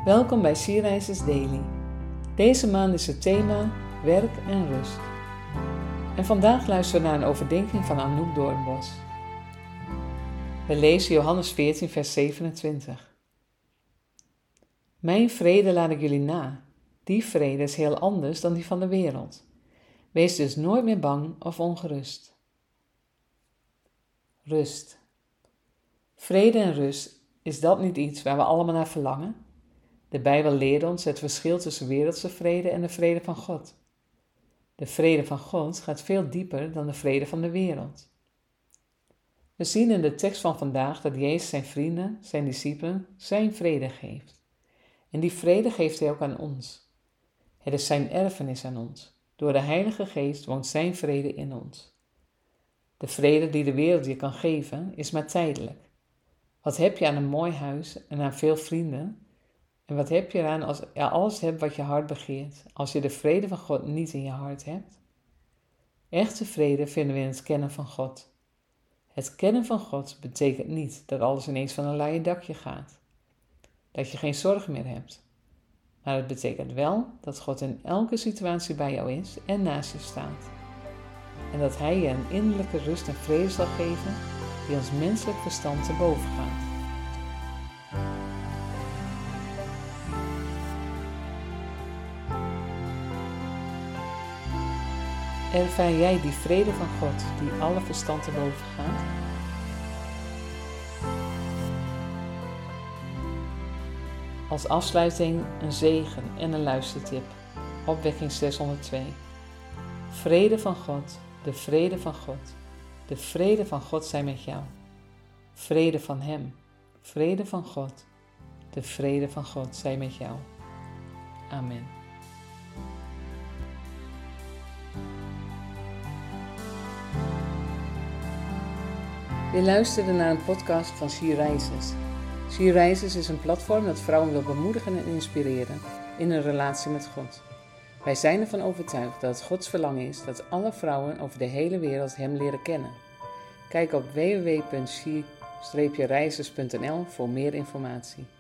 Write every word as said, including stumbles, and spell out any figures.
Welkom bij She-Rises Daily. Deze maand is het thema werk en rust. En vandaag luisteren we naar een overdenking van Anouk Doornbos. We lezen Johannes veertien vers zevenentwintig. Mijn vrede laat ik jullie na. Die vrede is heel anders dan die van de wereld. Wees dus nooit meer bang of ongerust. Rust. Vrede en rust, is dat niet iets waar we allemaal naar verlangen? De Bijbel leert ons het verschil tussen wereldse vrede en de vrede van God. De vrede van God gaat veel dieper dan de vrede van de wereld. We zien in de tekst van vandaag dat Jezus zijn vrienden, zijn discipelen, zijn vrede geeft. En die vrede geeft hij ook aan ons. Het is zijn erfenis aan ons. Door de Heilige Geest woont zijn vrede in ons. De vrede die de wereld je kan geven, is maar tijdelijk. Wat heb je aan een mooi huis en aan veel vrienden? En wat heb je eraan als je alles hebt wat je hart begeert, als je de vrede van God niet in je hart hebt? Echte vrede vinden we in het kennen van God. Het kennen van God betekent niet dat alles ineens van een leien dakje gaat. Dat je geen zorgen meer hebt. Maar het betekent wel dat God in elke situatie bij jou is en naast je staat. En dat Hij je een innerlijke rust en vrede zal geven die ons menselijk verstand te boven gaat. Ervaar jij die vrede van God die alle verstand te boven gaat? Als afsluiting een zegen en een luistertip. Opwekking zeshonderdtwee. Vrede van God, de vrede van God, de vrede van God zij met jou. Vrede van Hem, vrede van God, de vrede van God zij met jou. Amen. Je luisterde naar een podcast van She-Rises. She-Rises is een platform dat vrouwen wil bemoedigen en inspireren in een relatie met God. Wij zijn ervan overtuigd dat het Gods verlangen is dat alle vrouwen over de hele wereld Hem leren kennen. Kijk op w w w punt she dash rises punt n l voor meer informatie.